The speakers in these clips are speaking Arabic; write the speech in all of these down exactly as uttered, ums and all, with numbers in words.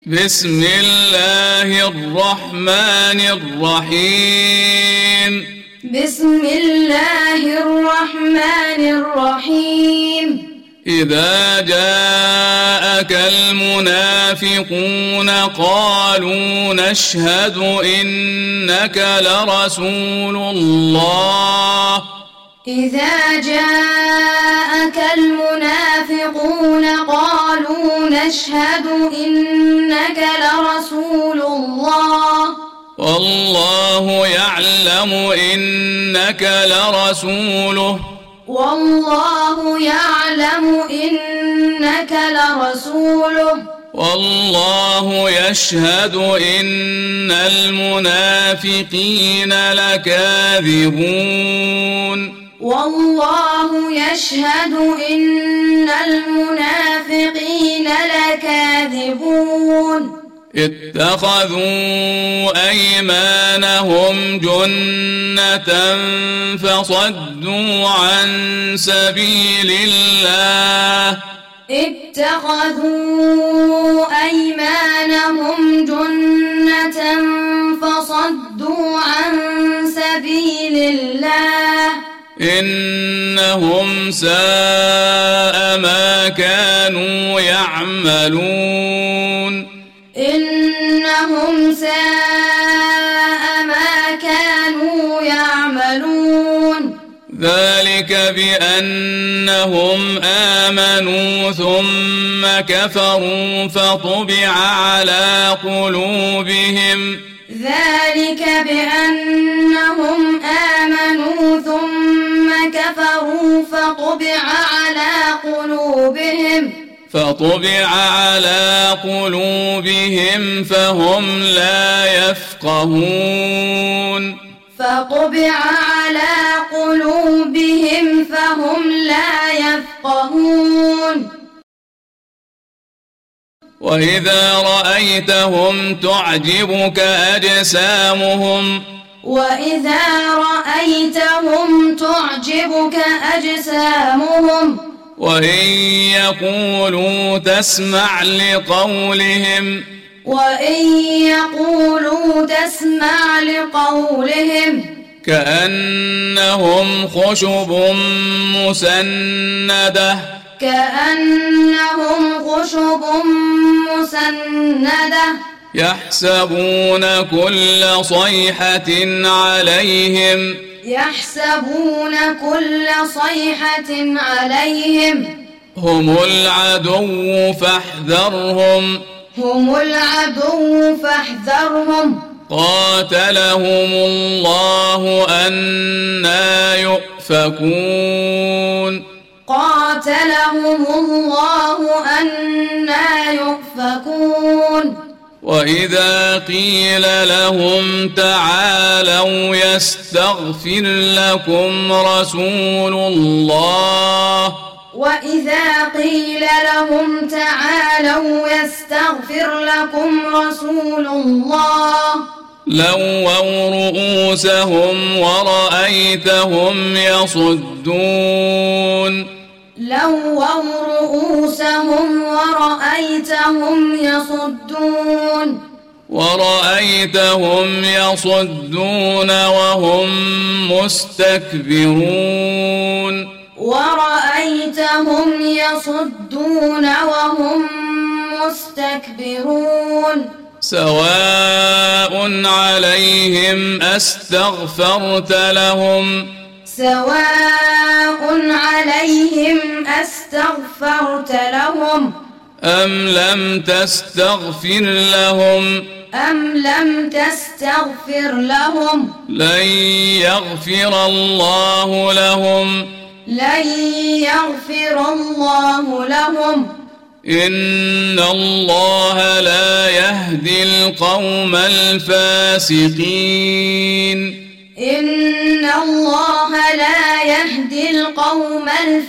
بسم الله الرحمن الرحيم بسم الله الرحمن الرحيم إذا جاءك المنافقون قالوا نشهد إنك لرسول الله إذا جاءك المنافقون قالوا نشهد إنك لرسول الله والله يعلم إنك لرسوله والله يعلم إنك لرسوله والله يشهد إن المنافقين لكاذبون والله يشهد إن المنافقين لكاذبون اتخذوا أيمانهم جنة فصدوا عن سبيل الله اتخذوا أيمانهم جنة فصدوا عن سبيل الله إنهم ساء ما كانوا يعملون إنهم ساء ما كانوا يعملون ذلك بأنهم آمنوا ثم كفروا فطبع على قلوبهم ذلك بأنهم آمنوا ثم كفروا فطبع على قلوبهم فطبع على قلوبهم فهم لا يفقهون فطبع على قلوبهم فهم لا يفقهون وإذا رأيتهم تعجبك أجسامهم وإذا رأيتهم تعجبك أجسامهم وإن يقولوا تسمع لقولهم وإن يقولوا تسمع لقولهم كأنهم خشب مسندة كأنهم خشب مسندة يحسبون كل صيحة عليهم يحسبون كل صيحة عليهم هم العدو فاحذرهم هم العدو فاحذرهم قاتلهم الله أنى يؤفكون قاتلهم الله أنى يؤفكون وإذا قيل لهم تعالوا يستغفر لكم رسول الله وإذا قيل لهم تعالوا يستغفر لكم رسول الله لووا رؤوسهم ورأيتهم يصدون لووا رؤوسهم ورأيتهم يصدون ورأيتهم يصدون وهم مستكبرون ورأيتهم يصدون وهم مستكبرون سواء عليهم أستغفرت لهم سواء عليهم أستغفرت لهم أم لم تستغفر لهم أم لم تستغفر لهم لن يغفر الله لهم لن يغفر الله لهم إن الله لا يهدي القوم الفاسقين إن الله لا يهدي القوم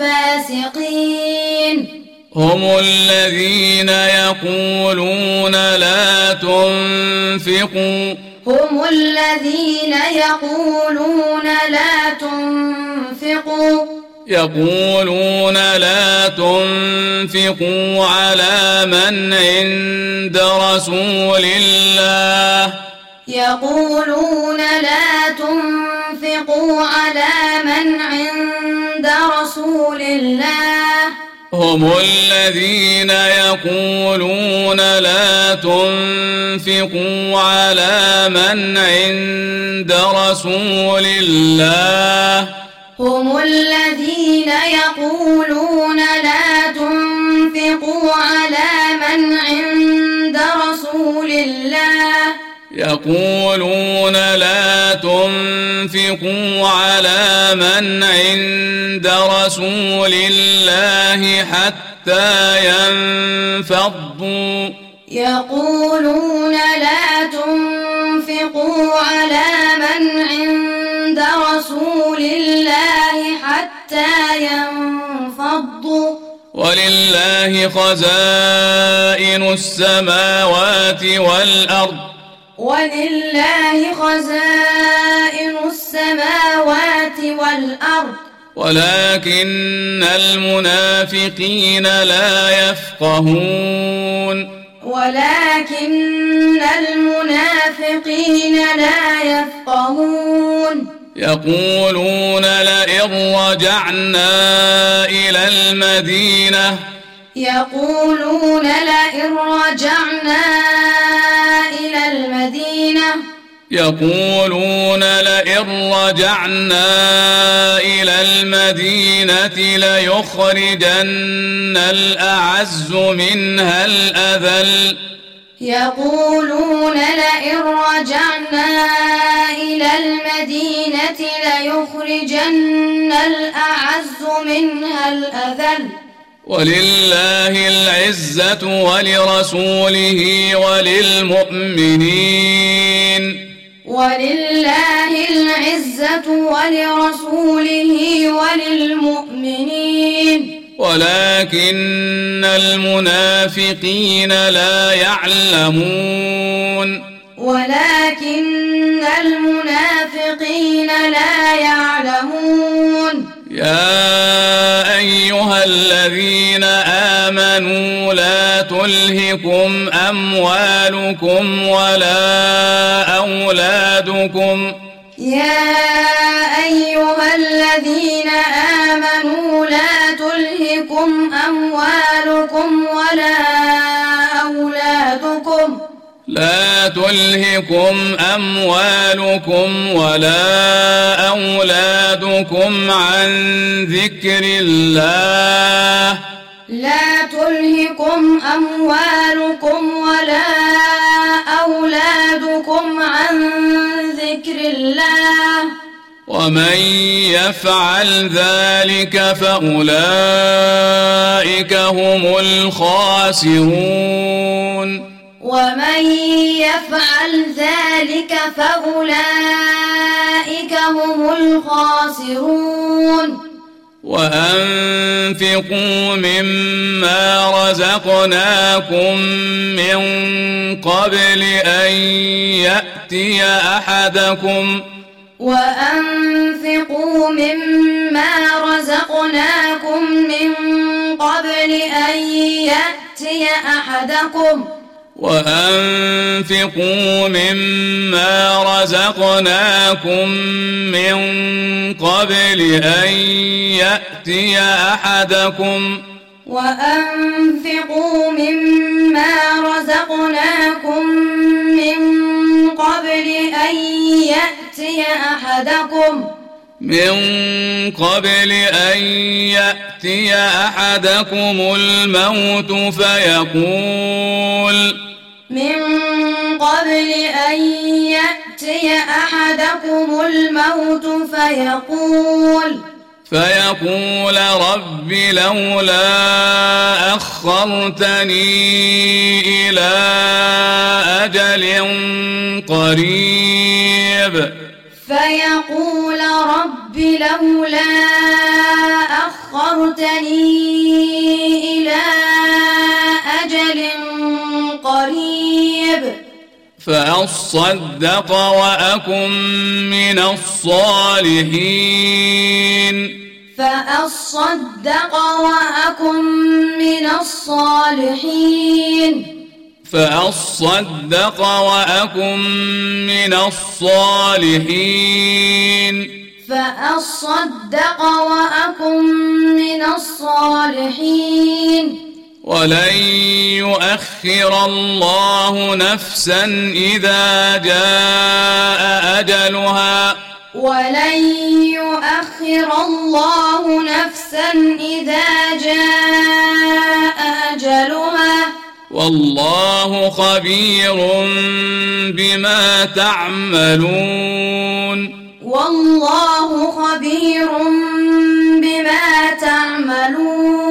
الفاسقين هم الذين يقولون لا تنفقوا هم الذين يقولون لا تنفقوا يقولون لا تنفقوا على من عند رسول الله يقولون لا تنفقوا على من عند رسول الله هم الذين يقولون لا تنفقوا على من عند رسول الله هم الذين يقولون لا تنفقوا على من عند رسول الله يقولون لا تنفقوا على من عند رسول الله حتى ينفضوا يقولون لا تنفقوا على من عند رسول الله حتى ينفضوا ولله خزائن السماوات والأرض ولله خزائن السماوات والأرض ولكن المنافقين لا يفقهون ولكن المنافقين لا يفقهون يقولون لئن رجعنا إلى المدينة يقولون لئن رجعنا إلى المدينة يقولون لئن رجعنا إلى المدينة ليخرجن الأعز منها الأذل يقولون لئن رجعنا إلى المدينة ليخرجن الأعز منها الأذل ولله العزة ولرسوله وللمؤمنين ولله العزة ولرسوله وللمؤمنين ولكن المنافقين لا يعلمون ولكن المنافقين لا يعلمون يا أيها الذين آمنوا لا تلهكم أموالكم ولا أولادكم يا أيها الذين آمنوا لا تلهكم أموالكم ولا أولادكم لا تلهكم أموالكم ولا أولادكم عن ذكر الله لا تلهكم أموالكم ولا أولادكم عن ذكر الله ومن يفعل ذلك فأولئك هم الخاسرون ومن يفعل ذلك فأولئك هم الخاسرون وأنفقوا مما رزقناكم من قبل أن يأتي أحدكم وأنفقوا مما رزقناكم من قبل أن يأتي أحدكم وأنفقوا مما رزقناكم من قبل أن يأتي أحدكم وأنفقوا مما رزقناكم من قبل أن يأتي أحدكم من قبل أن يأتي أحدكم الموت فيقول من قبل أن يأتي أحدكم الموت فيقول فيقول رب لولا أخرتني إلى أجل قريب فيقول رب لولا أخرتني إلى أجل قريب فأصدق وأكن من الصالحين فأصدق وأكن من الصالحين فأصدق وأكن من الصالحين فأصدق وأكن من الصالحين ولن يؤخر الله نفسا إذا جاء أجلها ولن يؤخر الله نفسا إذا جاء أجلها والله خبير بما تعملون والله خبير بما تعملون